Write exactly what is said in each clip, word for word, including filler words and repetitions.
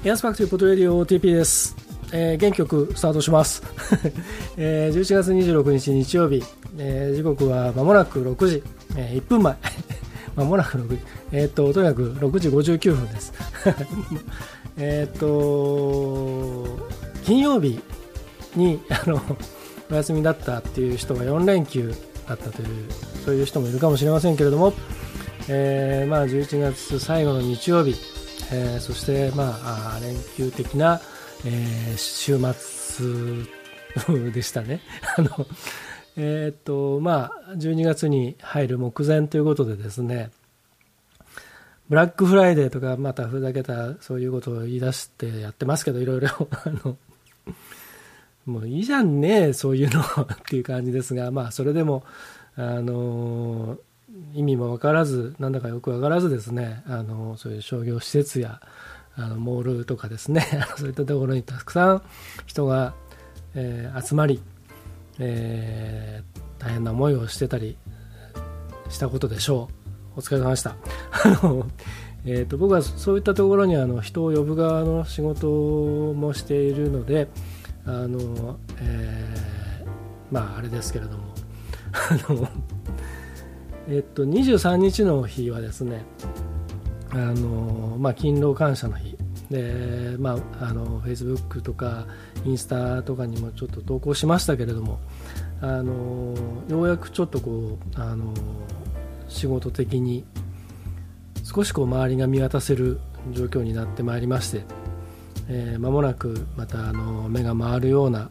ヤンスファクトリーポッドレディオ ティーピー です。えー、元気よくスタートします、えー、じゅういちがつにじゅうろくにち日曜日、えー、時刻は間もなくろくじ、えー、いっぷんまえ間もなくろくじ、えー、っととにかくろくじごじゅうきゅうふんですえっと金曜日にあのお休みだったっていう人がよんれんきゅうだったという、そういう人もいるかもしれませんけれども、えーまあ、じゅういちがつ最後の日曜日、えー、そして、まあ、連休的な、えー、週末でしたねあの、えーっとまあ、じゅうにがつに入る目前ということでですね、ブラックフライデーとかまたふざけたそういうことを言い出してやってますけど、いろいろあのもういいじゃんねそういうのっていう感じですが、まあ、それでもあの意味も分からず、なんだかよく分からずですね、あのそういう商業施設やあのモールとかですねそういったところにたくさん人が、えー、集まり、えー、大変な思いをしてたりしたことでしょう。お疲れ様でしたあの、えー、と僕はそういったところにあの人を呼ぶ側の仕事もしているので、あの、えー、まああれですけれどもあのえっと、にじゅうさんにちの日はですね、あの、まあ、勤労感謝の日で、まあ、あの Facebook とかインスタとかにもちょっと投稿しましたけれども、あのようやくちょっとこうあの仕事的に少しこう周りが見渡せる状況になってまいりまして、えー、間もなくまたあの目が回るような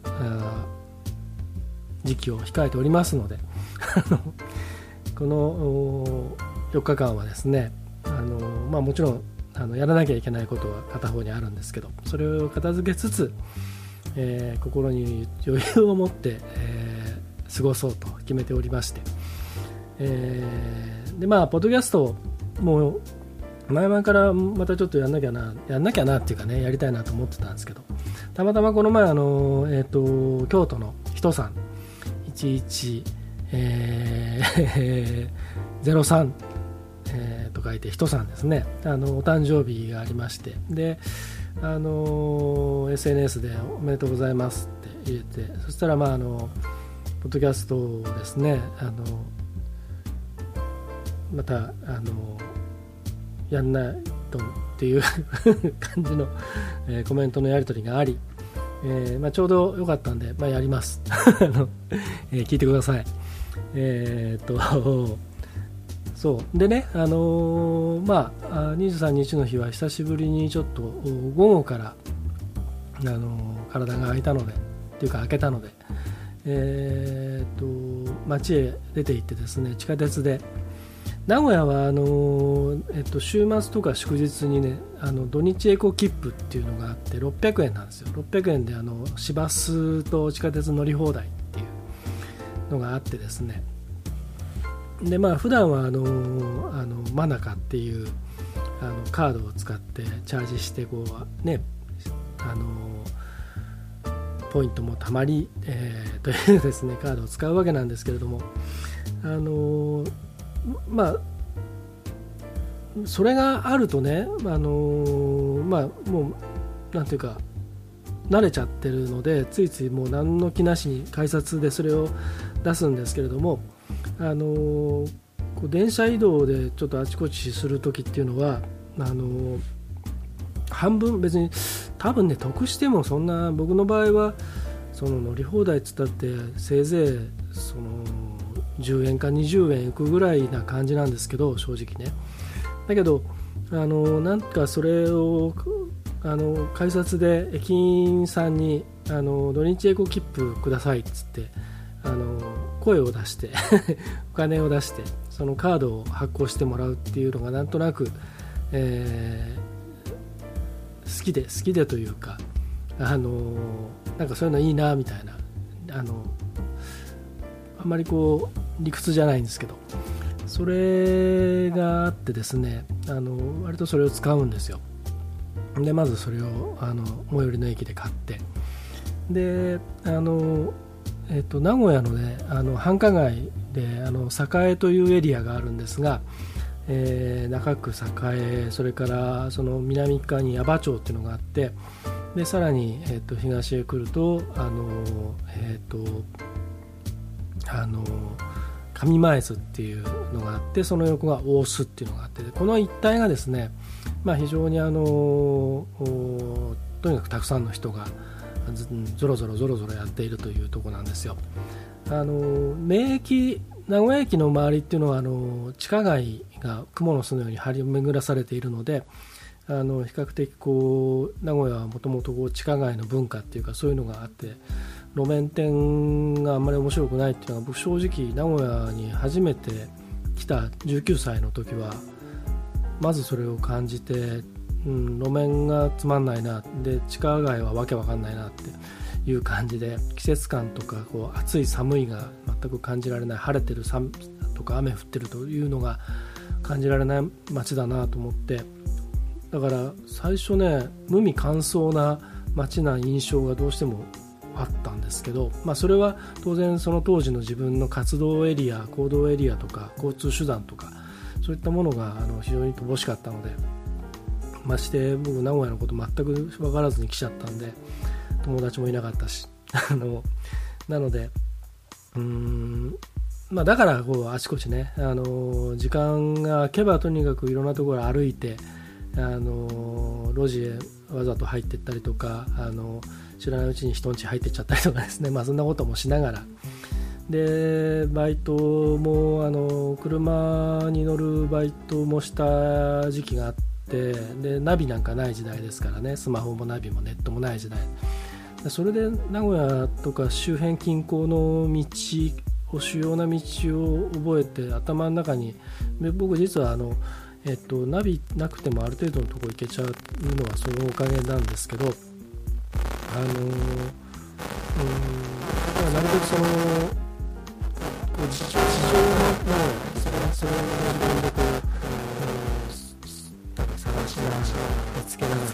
時期を控えておりますのでこのよっかかんはですね、あの、まあ、もちろんあのやらなきゃいけないことは片方にあるんですけど、それを片付けつつ、えー、心に余裕を持って、えー、過ごそうと決めておりまして、えー、でまあポッドキャストも前々からまたちょっとやんなきゃなやんなきゃなっていうかね、やりたいなと思ってたんですけど、たまたまこの前あの、えー、と京都の人さんいちいちえー、ゼロさん、えー、と書いて人さんですね、あのお誕生日がありまして、で、あの エスエヌエス でおめでとうございますって入れて、そしたらまああのポッドキャストをですね、あのまたあのやんないとっていう感じの、えー、コメントのやり取りがあり、えーまあ、ちょうど良かったんで、まあ、やりますあの、えー、聞いてください。えー、っとそうでね、あのー、まあにじゅうさんにちの日は久しぶりにちょっと午後から、あのー、体が空いたのでっていうか開けたので、えー、っと街へ出て行ってですね、地下鉄で名古屋はあのーえっと、週末とか祝日にね、あの土日エコ切符っていうのがあってろっぴゃくえんなんですよ。ろっぴゃくえんであの市バスと地下鉄乗り放題っていうのがあってですね、でまあ普段はあのあのマナカっていうあのカードを使ってチャージしてこうね、あのポイントもたまり、えー、というですねカードを使うわけなんですけれども、あのまあそれがあるとね、あのまあもうなんていうか慣れちゃってるので、ついついもう何の気なしに改札でそれを出すんですけれども、あのこう電車移動でちょっとあちこちするときっていうのは、あの半分別に多分ね得してもそんな、僕の場合はその乗り放題っつったってせいぜいそのじゅうえんかにじゅうえんいくぐらいな感じなんですけど、正直ね。だけどあのなんかそれをあの改札で駅員さんにあの土日エコ切符くださいっつってあの声を出してお金を出してそのカードを発行してもらうっていうのがなんとなく、えー、好きで好きでというか、あのなんかそういうのいいなみたいな、あのあんまりこう理屈じゃないんですけど、それがあってですね、あの割とそれを使うんですよ。でまずそれをあの最寄りの駅で買って、であの、えっと、名古屋のねあの繁華街であの栄というエリアがあるんですが、 えー、中区栄、それからその南側に矢場町っていうのがあって、でさらに、えー、と東へ来るとあの、えー、とあの上前津っていうのがあって、その横が大須っていうのがあって、この一帯がですね、まあ、非常にあのとにかくたくさんの人がぞろぞろぞろぞろやっているというところなんですよ。あの名駅名古屋駅の周りっていうのはあの地下街が蜘蛛の巣のように張り巡らされているので、あの比較的こう名古屋はもともと地下街の文化っていうかそういうのがあって、路面店があんまり面白くないっていうのは、僕正直名古屋に初めて来たじゅうきゅうさいの時はまずそれを感じて、うん、路面がつまんないな、で地下街はわけわかんないなっていう感じで、季節感とかこう暑い寒いが全く感じられない、晴れてる寒とか雨降ってるというのが感じられない街だなと思って、だから最初ね、無味乾燥な街な印象がどうしてもあったんですけど、まあ、それは当然その当時の自分の活動エリア、行動エリアとか交通手段とかそういったものがあの非常に乏しかったので、まして僕名古屋のこと全く分からずに来ちゃったんで、友達もいなかったしあのなのでうーん、まあ、だからこうあちこちね、あの時間が空けばとにかくいろんなところ歩いて、あの路地へわざと入っていったりとか、あの知らないうちに人ん家入ってっちゃったりとかですね、まあ、そんなこともしながら、でバイトもあの車に乗るバイトもした時期があって、でナビなんかない時代ですからね、スマホもナビもネットもない時代、それで名古屋とか周辺近郊の道、主要な道を覚えて頭の中に、僕実はあの、えっと、ナビなくてもある程度のところ行けちゃうのはそのおかげなんですけど、あのうんなるべくその地上のですね、それを自分でこう、なんか探しながら見つけながら、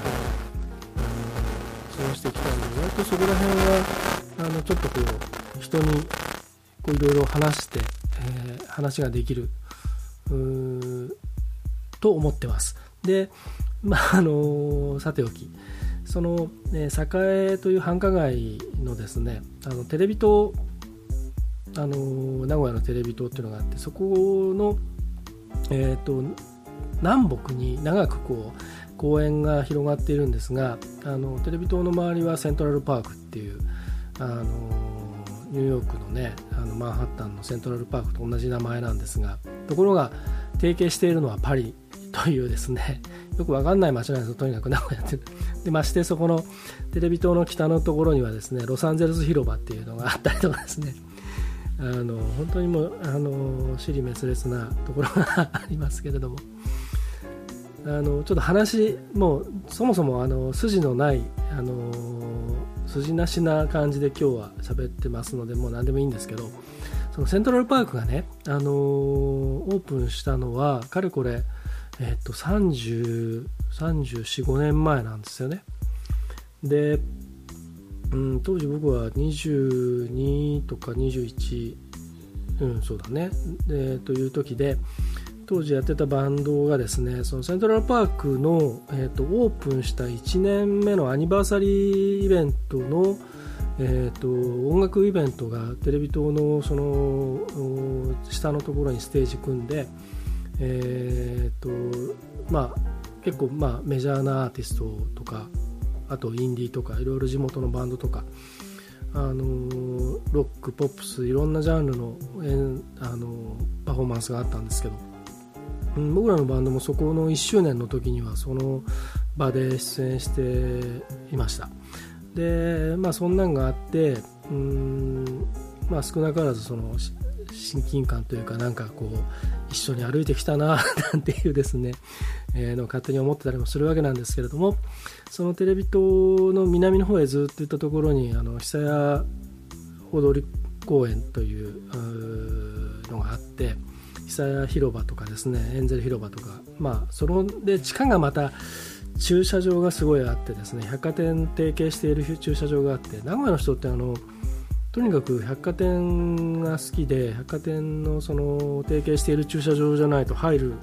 そうしてきたんで、割とそこら辺はあのちょっとこう人にこういろいろ話して、えー、話ができるうーと思ってます。で、まああのさておき、その、ね、栄という繁華街のですね、あのテレビ塔、あの名古屋のテレビ塔っていうのがあって、そこの、えーと、南北に長くこう公園が広がっているんですが、あのテレビ塔の周りはセントラルパークっていう、あのニューヨークのね、あのマンハッタンのセントラルパークと同じ名前なんですが、ところが提携しているのはパリというですね、よくわかんない街なんですよ、とにかく名古屋って。でましてそこのテレビ塔の北のところにはですね、ロサンゼルス広場っていうのがあったりとかですね、あの本当にもうあの支離滅裂なところがありますけれども、あのちょっと話もうそもそもあの筋のない、あの筋なしな感じで今日は喋ってますので、もう何でもいいんですけど、そのセントラルパークがね、あのオープンしたのはかれこれ、えっと、さんじゅう、さんじゅうよん、ごねんまえなんですよね。で、うん、当時僕はにじゅうにとかにじゅういち、うん、そうだね、でという時で、当時やってたバンドがですね、そのセントラルパークの、えーと、オープンしたいちねんめのアニバーサリーイベントの、えーと、音楽イベントがテレビ塔のその下のところにステージ組んで、えーとまあ、結構、まあ、メジャーなアーティストとか、あとインディーとかいろいろ地元のバンドとか、あのロックポップスいろんなジャンルの、えーあのパフォーマンスがあったんですけど、うん、僕らのバンドもそこのいっしゅうねんの時にはその場で出演していました。で、まあ、そんなんがあって、うーん、まあ、少なからずその親近感というか、なんかこう一緒に歩いてきたななんていうですね、えー、の勝手に思ってたりもするわけなんですけれども、そのテレビ塔の南の方へずっと行ったところに、あの久屋踊り公園というのがあって、久屋広場とかですね、エンゼル広場とか、まあ、そので地下がまた駐車場がすごいあってですね、百貨店提携している駐車場があって、名古屋の人ってあのとにかく百貨店が好きで、百貨店のその提携している駐車場じゃないと入るこ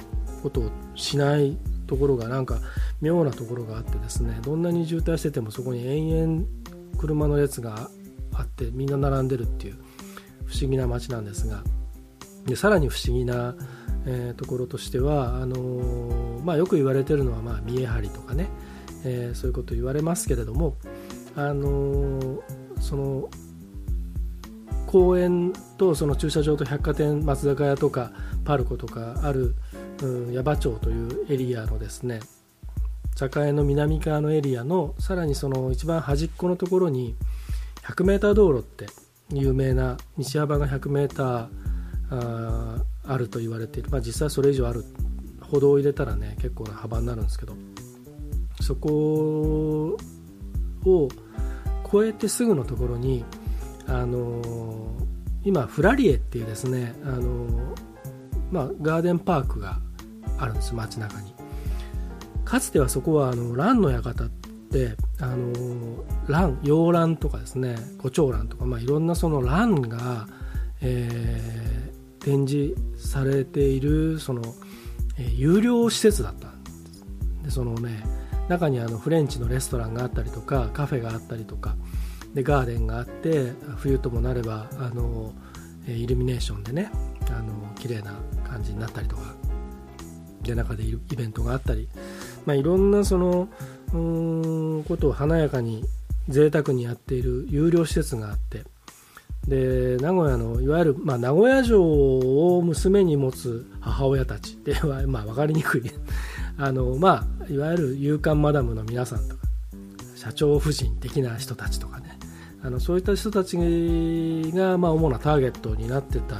ことをしないところがなんか妙なところがあってですね、どんなに渋滞しててもそこに延々車の列があってみんな並んでるっていう不思議な街なんですが、でさらに不思議な、えー、ところとしてはあのーまあ、よく言われてるのは、まあ、見え張りとかね、えー、そういうこと言われますけれども、あのー、その公園とその駐車場と百貨店、松坂屋とかパルコとかある、うん、矢場町というエリアのですね、栄の南側のエリアのさらにその一番端っこのところにひゃくメーター道路って有名な道幅がひゃくメーター あ, あると言われている、まあ、実際それ以上ある、歩道を入れたらね結構な幅になるんですけど、そこを越えてすぐのところにあのー、今フラリエっていうですね、あのーまあ、ガーデンパークがあるんです、街中に。かつてはそこはあの蘭の館ってあの蘭、洋蘭とかですね、胡蝶蘭とか、まあ、いろんなその蘭が、えー、展示されているその、えー、有料施設だったんです。でそのね、中にあのフレンチのレストランがあったりとかカフェがあったりとかでガーデンがあって、冬ともなればあのイルミネーションでね、あの綺麗な感じになったりとかで、中でイベントがあったり、まあ、いろんなそのうーんことを華やかに贅沢にやっている有料施設があって、で名古屋のいわゆる、まあ、名古屋城を娘に持つ母親たちでは、まあ、分かりにくいあの、まあ、いわゆる夕刊マダムの皆さんとか社長夫人的な人たちとかね、あのそういった人たちが、まあ、主なターゲットになってた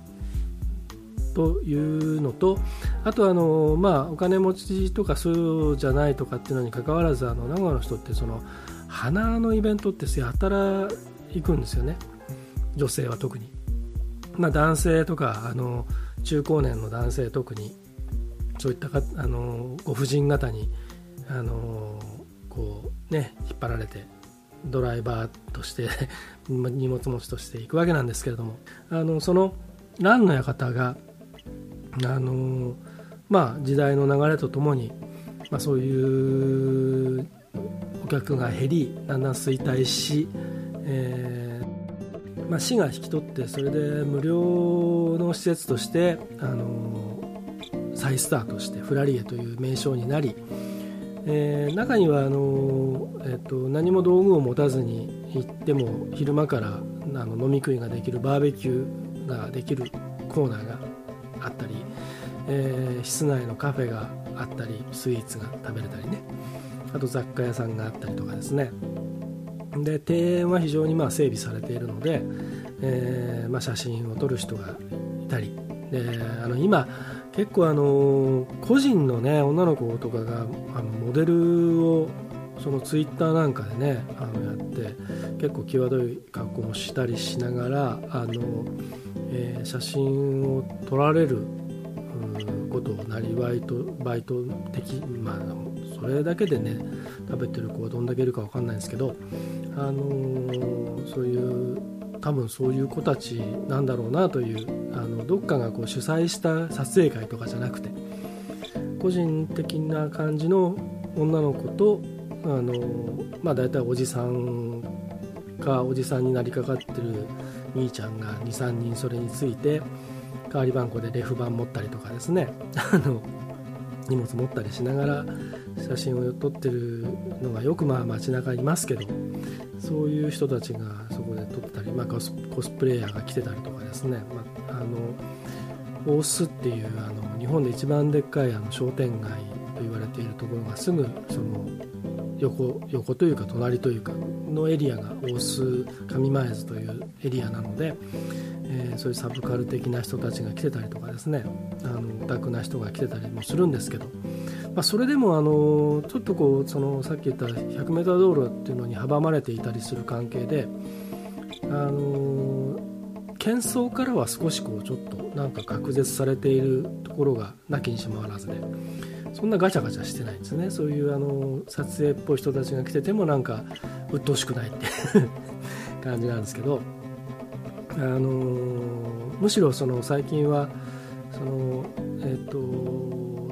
というのと、あとあの、まあ、お金持ちとかそうじゃないとかっていうのに関わらず、あの名古屋の人ってその花のイベントってやたら行くんですよね、女性は特に。まあ、男性とかあの中高年の男性特にそういったかあのご婦人方にあのこう、ね、引っ張られてドライバーとして荷物持ちとして行くわけなんですけれども、あのその蘭の館があの、まあ、時代の流れとともに、まあ、そういうお客が減りだんだん衰退し、えーまあ、市が引き取ってそれで無料の施設としてあの再スタートしてフラリエという名称になり、えー、中にはあの、えー、と何も道具を持たずに行っても昼間からあの飲み食いができるバーベキューができるコーナーがあったり、えー、室内のカフェがあったりスイーツが食べれたりね、あと雑貨屋さんがあったりとかですね、で庭園は非常にまあ整備されているので、えーまあ、写真を撮る人がいたりで、あの今結構あの個人のね女の子とかがあのモデルをそのツイッターなんかでねあのやって結構際どい格好もしたりしながらあの、えー、写真を撮られることをなりわいとバイト的、まあそれだけでね食べてる子はどんだけいるか分かんないんですけど、あのー、そういう多分そういう子たちなんだろうなという、あのどっかがこう主催した撮影会とかじゃなくて個人的な感じの女の子と、あのーまあ、大体おじさんかおじさんになりかかってる兄ちゃんが にさんにんそれについて代わり番号でレフ板持ったりとかですねあの荷物持ったりしながら写真を撮ってるのがよくまあ街中にいますけど、そういう人たちがそこで撮ったり、まあ、コス、コスプレイヤーが来てたりとかですね、まあ、あの大須っていうあの日本で一番でっかいあの商店街と言われているところがすぐその横、横というか隣というかのエリアが大須上前津というエリアなので、えー、そういうサブカル的な人たちが来てたりとかですね、あのオタクな人が来てたりもするんですけど、まあ、それでもあのちょっとこうそのさっき言った ひゃくメーター 道路っていうのに阻まれていたりする関係で、あの喧騒からは少しこうちょっとなんか隔絶されているところがなきにしもあらずで、そんなガチャガチャしてないんですね。そういうあの撮影っぽい人たちが来ててもなんか鬱陶しくないって感じなんですけど、あのむしろその最近はその、えー、と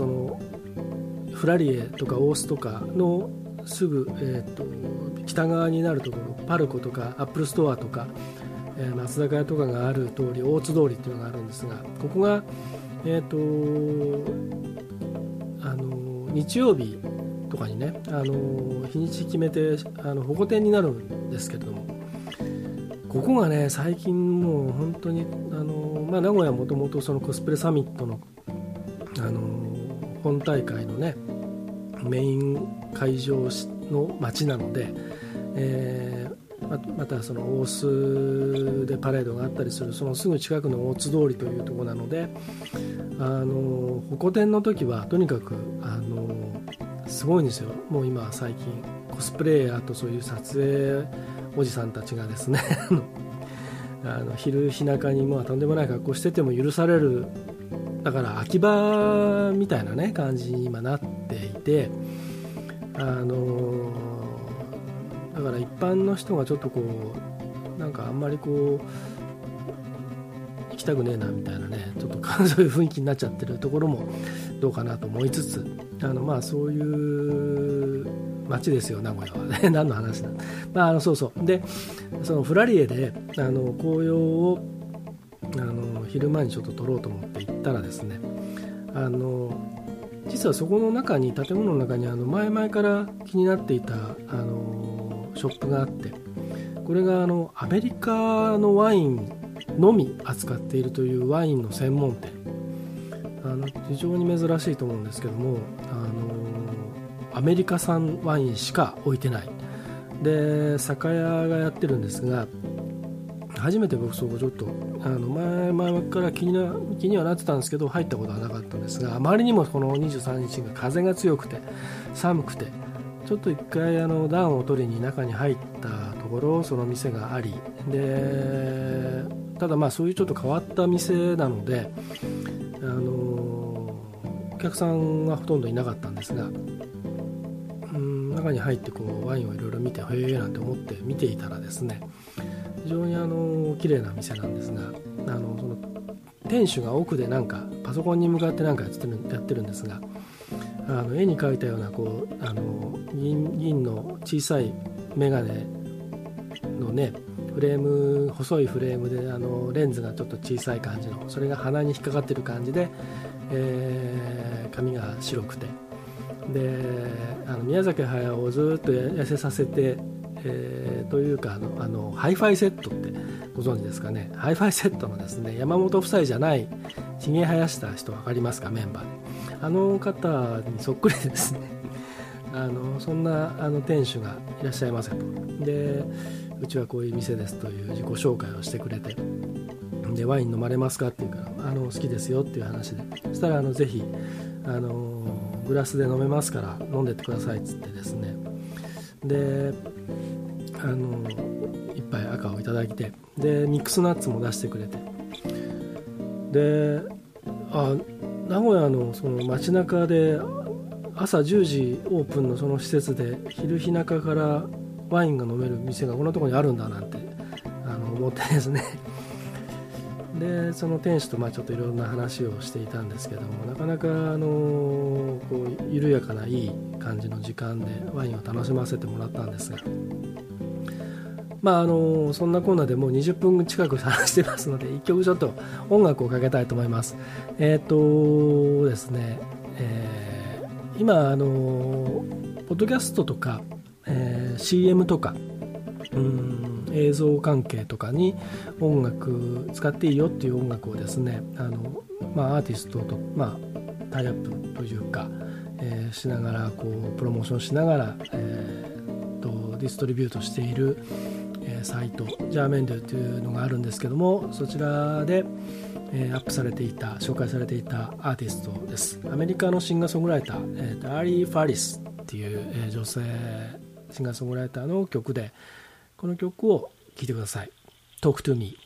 そのフラリエとかオースとかのすぐ、えー、と北側になるところ、パルコとかアップルストアとか、えー、松坂屋とかがある通り、大津通りっていうのがあるんですが、ここが、えー、とあの日曜日とかにね、あの日にち決めてあの保護店になるんですけれども、ここがね最近もう本当にあの、まあ、名古屋はもともとそのコスプレサミットの、あの本大会のねメイン会場の街なので、えー、ま, またその大須でパレードがあったりするそのすぐ近くの大津通りというところなので、あのホコ天の時はとにかくあのすごいんですよ。もう今最近コスプレイヤーとそういう撮影おじさんたちがですねあの昼日中にまあとんでもない格好してても許される、だから秋葉みたいなね感じに今なっていて、あのだから一般の人がちょっとこうなんかあんまりこう行きたくねえなみたいなね、ちょっとそういう雰囲気になっちゃってるところもどうかなと思いつつ、あのまあそういう街ですよ名古屋はね何の話だ、まあ、あのそうそうでそのフラリエであの紅葉をあの昼間にちょっと撮ろうと思って行ったらですね、あの実はそこの中に建物の中にあの前々から気になっていたあのショップがあって、これがあのアメリカのワインのみ扱っているというワインの専門店、あの非常に珍しいと思うんですけども、あのアメリカ産ワインしか置いてないで酒屋がやってるんですが、初めて僕そこちょっとあの前々から気にな気にはなってたんですけど入ったことはなかったんですが、あまりにもこのにじゅうさんにちが風が強くて寒くてちょっと一回あの暖を取りに中に入ったところその店がありで、ただまあそういうちょっと変わった店なのであのお客さんはほとんどいなかったんですが、うん中に入ってこうワインをいろいろ見てへえなんて思って見ていたらですね、非常にあの綺麗な店なんですが、あのその店主が奥でなんかパソコンに向かってなんかやってる、やってるんですが、あの絵に描いたようなこうあの 銀, 銀の小さいメガネのねフレーム細いフレームであのレンズがちょっと小さい感じの、それが鼻に引っかかってる感じで、えー、髪が白くてであの宮崎駿をずっと痩せさせてえー、というかあのあのハイファイセットってご存知ですかね。ハイファイセットのですね山本夫妻じゃないひげ生やした人分かりますか、メンバーであの方にそっくりですねあのそんなあの店主がいらっしゃいませと、でうちはこういう店ですという自己紹介をしてくれて、でワイン飲まれますかっていうからあの好きですよっていう話で、そしたらあのぜひあのグラスで飲めますから飲んでってくださいっつってですね、であの一杯赤をいただいて、でミックスナッツも出してくれて、であ名古屋のその街中で朝じゅうじオープンのその施設で昼日中からワインが飲める店がこんなところにあるんだなんてあの思ってですねでその店主とまあちょっといろんな話をしていたんですけども、なかなかあのこう緩やかないい感じの時間でワインを楽しませてもらったんですが、まああのそんなコーナーでもうにじゅっぷん近く話してますので、いっきょくちょっと音楽をかけたいと思います。えっとですね、えー、今あのポッドキャストとか、えー、シーエム とかうん映像関係とかに音楽使っていいよっていう音楽をですね、あの、まあ、アーティストと、まあ、タイアップというか、えー、しながらこうプロモーションしながら、えー、とディストリビュートしているサイトジャーメンドゥというのがあるんですけども、そちらで、えー、アップされていた紹介されていたアーティストです。アメリカのシンガーソングライター、えー、アーリー・ファリスっていう、えー、女性シンガーソングライターの曲で、この曲を聴いてください。 Talk to me。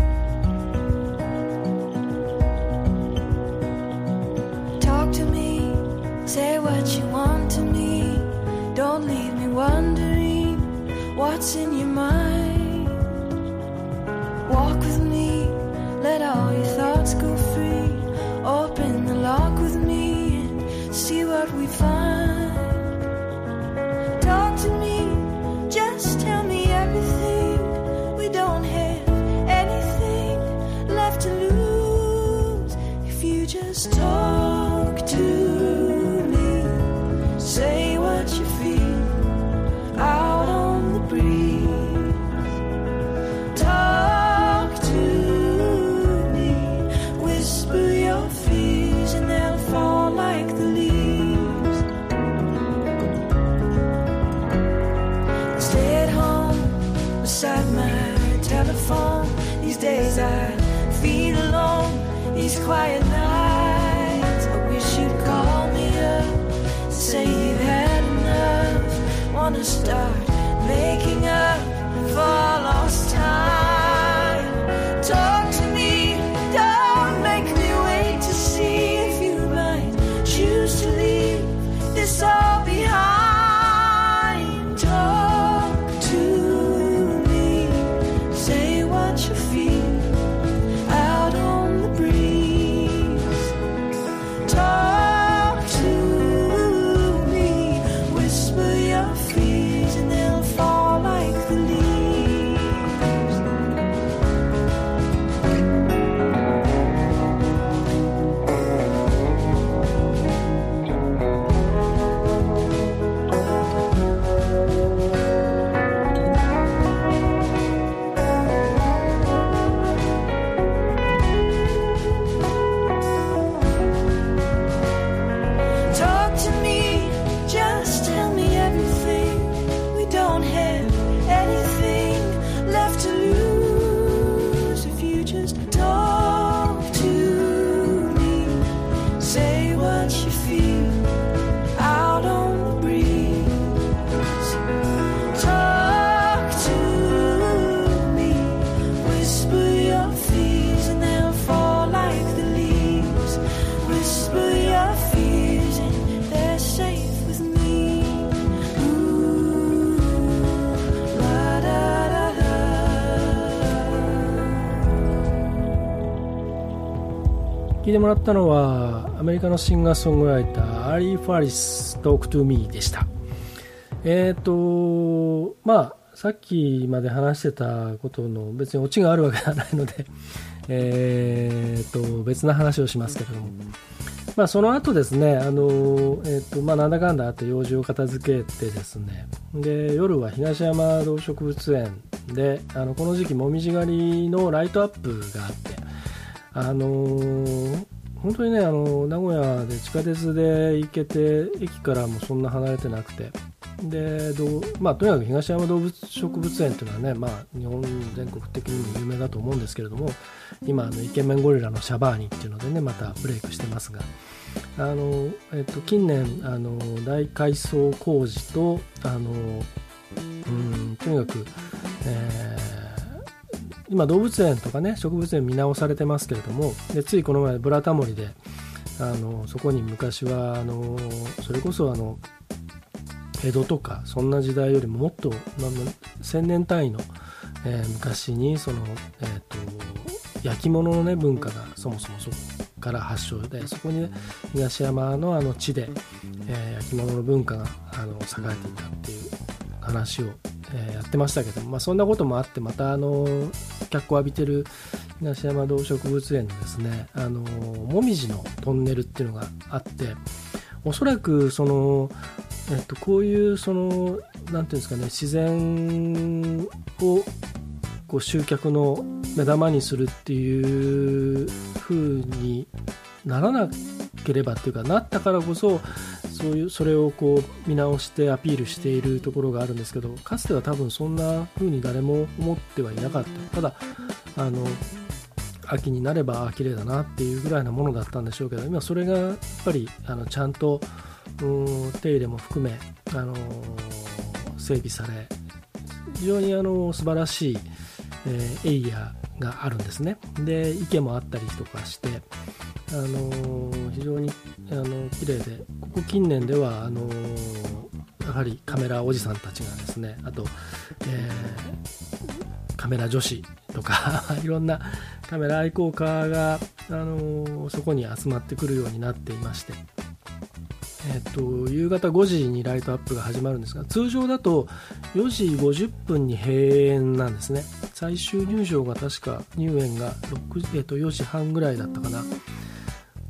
Talk to me, say what you want to me, don't leave me wondering what's in your mind. Walk with me, let all your thoughts go free, open the lock with me and Just talk to me, say what you feel out on the breeze. Talk to me, whisper your fears and they'll fall like the leaves. Stay at home beside my telephone. These days I feel alone, these quiet nights. I wish you'd call me up, say you've had enough. Wanna start making up for lost time. Talk to me, don't make me wait to see if you might choose to leave this all behind. Talk to me, say what you feel out on the breeze. Talk to me, whisper your fears and they'll fall like the leaves. 聞いてもらったのはアメリカのシンガーソングライターアリー・ファリス Talk to Me でした。えっとまあさっきまで話してたことの別にオチがあるわけではないのでえっと別な話をしますけれども、まあ、その後ですね、あの、えっとまあ、なんだかんだあって用事を片付けてですね、で夜は東山動植物園であのこの時期もみじ狩りのライトアップがあって、あのー、本当にねあの名古屋で地下鉄で行けて駅からもそんな離れてなくて、でどう、まあ、とにかく東山動物植物園というのはね、まあ、日本全国的にも有名だと思うんですけれども、今あのイケメンゴリラのシャバーニっていうのでねまたブレイクしてますが、あの、えっと、近年あの大改装工事とあの、うん、とにかく、えー今動物園とかね植物園見直されてますけれども、でついこの前ブラタモリであのそこに昔はあのそれこそあの江戸とかそんな時代よりももっと、まあ、せんねん単位の、えー、昔にその、えー、と焼き物の、ね、文化がそもそもそこから発祥で、そこに、ね、東山のあの地で、えー、焼き物の文化があの栄えていたっていう話を、えー、やってましたけども、まあ、そんなこともあってまたあの脚光を浴びてる東山動植物園のですね、あのもみじのトンネルっていうのがあって、おそらくその、えっと、こういうそのなんていうんですかね、自然をこう集客の目玉にするっていう風にならなければっていうかなったからこそ、そういうそれをこう見直してアピールしているところがあるんですけど、かつては多分そんな風に誰も思ってはいなかった。ただあの秋になれば綺麗だなっていうぐらいなものだったんでしょうけど、今それがやっぱりあのちゃんとうん手入れも含めあの整備され、非常にあの素晴らしい、えー、エリアがあるんですね。で池もあったりとかして、あの非常にあの綺麗で、ここ近年ではあのやはりカメラおじさんたちがですね、あと、えー、カメラ女子とかいろんなカメラ愛好家があのそこに集まってくるようになっていまして、えっと、夕方ごじにライトアップが始まるんですが、通常だとよじごじゅっぷんに閉園なんですね。最終入場が確か入園がろく、えっと、よじはんぐらいだったかな。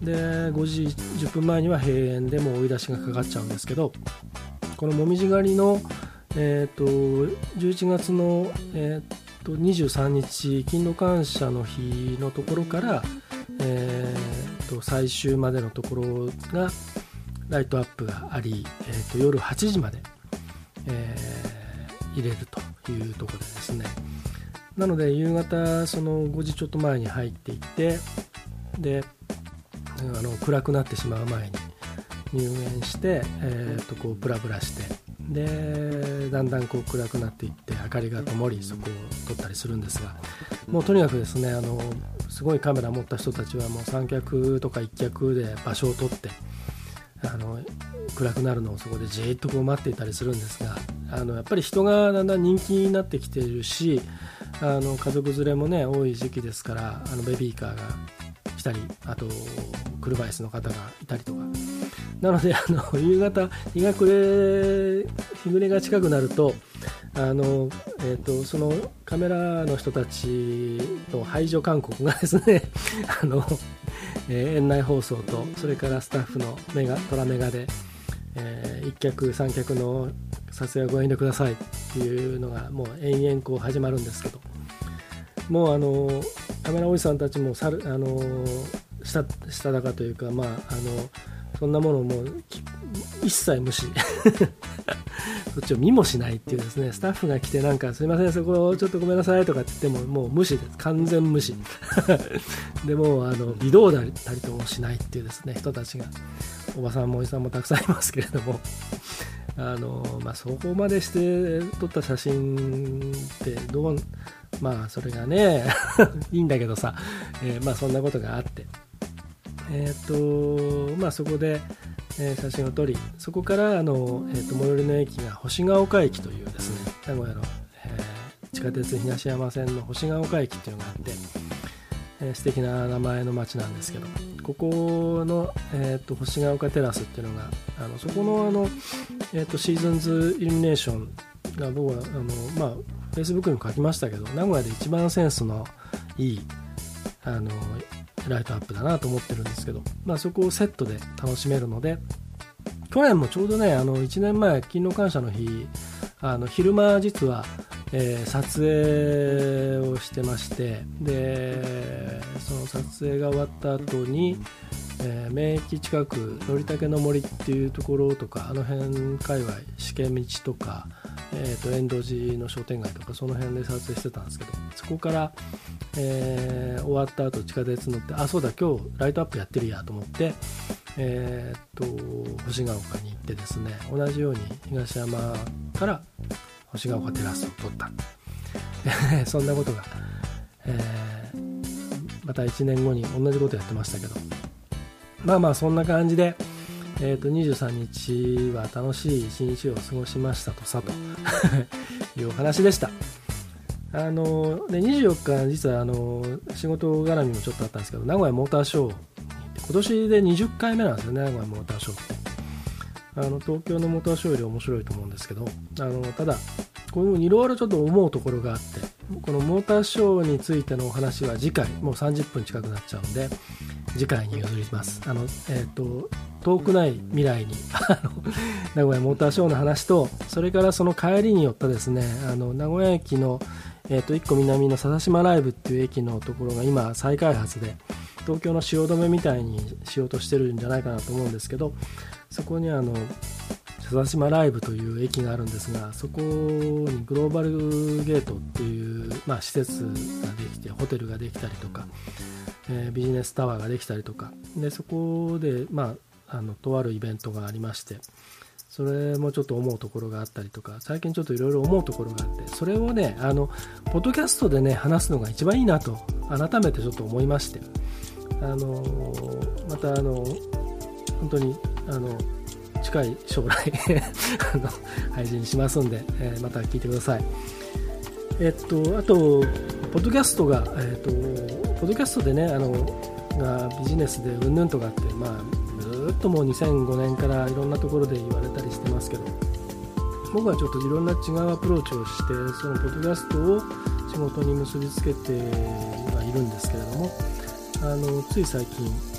でごじじゅっぷんまえには閉園でもう追い出しがかかっちゃうんですけど、このもみじ狩りの、えー、とじゅういちがつの、えー、とにじゅうさんにち勤労感謝の日のところから、えー、と最終までのところがライトアップがあり、えー、と夜はちじまで、えー、入れるというところでですね、なので夕方そのごじちょっと前に入っていって、であの暗くなってしまう前に入園して、えー、とこうブラブラして、でだんだんこう暗くなっていって明かりが灯りそこを撮ったりするんですが、もうとにかくですね、あのすごいカメラ持った人たちはもう三脚とか一脚で場所を取って、あの暗くなるのをそこでじーっとこう待っていたりするんですが、あのやっぱり人がだんだん人気になってきているし、あの家族連れもね多い時期ですから、あのベビーカーが来たり、あと車椅子の方がいたりとか、なのであの夕方日が暮れ日暮れが近くなると、あの、えー、とそのカメラの人たちの排除勧告がですねあの、えー、園内放送とそれからスタッフのメガトラメガで、えー、一脚三脚の撮影はご遠慮くださいっていうのがもう延々こう始まるんですけど、もうあのカメラおじさんたちもさるあのしたしただかというか、まあ、あのそんなものをもう一切無視そっちを見もしないっていうですね、スタッフが来てなんかすいませんそこちょっとごめんなさいとかって言ってももう無視です、完全無視でもうあの微動だりともしないっていうですね人たちが、おばさんもおじさんもたくさんいますけれども、あの、まあ、そこまでして撮った写真ってどう、まあそれがねいいんだけどさ、えー、まあそんなことがあって、えーとまあ、そこで、えー、写真を撮り、そこからあの、えー、と最寄りの駅が星ヶ丘駅というですね、名古屋の、えー、地下鉄東山線の星ヶ丘駅っていうのがあって、えー、素敵な名前の街なんですけど、ここの、えー、と星ヶ丘テラスっていうのが、あのそこの、あの、えー、とシーズンズイルミネーションが僕はあの、まあ、Facebook にも書きましたけど、名古屋で一番センスのいいあのライトアップだなと思ってるんですけど、まあ、そこをセットで楽しめるので、去年もちょうどね、あのいちねんまえ勤労感謝の日、あの昼間実は、えー、撮影をしてまして、でその撮影が終わった後に、えー、名駅近くのりたけの森っていうところとか、あの辺界隈試験道とか、えー、と遠藤寺の商店街とかその辺で撮影してたんですけど、そこから、えー、終わった後地下鉄乗って、あそうだ今日ライトアップやってるやと思って、えー、と星ヶ丘に行ってですね、同じように東山から星ヶ丘テラスを撮ったそんなことが、えー、またいちねんごに同じことやってましたけど、まあまあそんな感じで、えー、とにじゅうさんにちは楽しい一日を過ごしましたとさというお話でした。あのでにじゅうよっか実はあの仕事絡みもちょっとあったんですけど、名古屋モーターショー、今年でにじゅっかいめなんですよね、名古屋モーターショーって。あの東京のモーターショーより面白いと思うんですけど、あのただこういろいろちょっと思うところがあって、このモーターショーについてのお話は次回、もうさんじゅっぷん近くなっちゃうんで次回に譲ります。あの、えー、と遠くない未来に名古屋モーターショーの話と、それからその帰りに寄ったですね、あの名古屋駅の、えー、といっこ南の笹島ライブっていう駅のところが今再開発で、東京の汐留みたいにしようとしてるんじゃないかなと思うんですけど、そこにあの笹島ライブという駅があるんですが、そこにグローバルゲートっていう、まあ、施設ができて、ホテルができたりとか、えー、ビジネスタワーができたりとかで、そこで、まあ、あのとあるイベントがありまして、それもちょっと思うところがあったりとか、最近ちょっといろいろ思うところがあって、それをね、あのポッドキャストでね話すのが一番いいなと改めてちょっと思いまして、あのまたあの本当にあの近い将来あの配信しますんで、えー、また聞いてください。えっとあとポッドキャストが、えっとポッドキャストでね、あのがビジネスでうんぬんとかって、まあ、ずっともうにせんごねんからいろんなところで言われたりしてますけど、僕はちょっといろんな違うアプローチをして、そのポッドキャストを仕事に結びつけてはいるんですけれども、あのつい最近、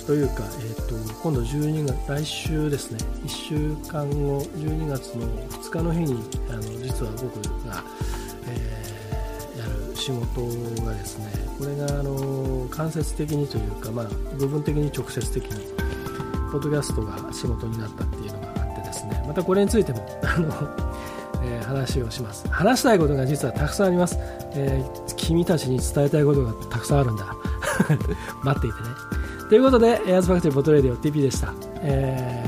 というか、えー、と今度じゅうにがつ、来週ですね、いっしゅうかんご、じゅうにがつのふつかの日にあの実は僕が、えー、やる仕事がですね、これがあの間接的にというか、まあ、部分的に直接的にポッドキャストが仕事になったっていうのがあってですね、またこれについてもあの、えー、話をします。話したいことが実はたくさんあります。えー、君たちに伝えたいことがたくさんあるんだ待っていてね。ということで、エアーズファクトリーポッドレディオ ティーピー でした。えー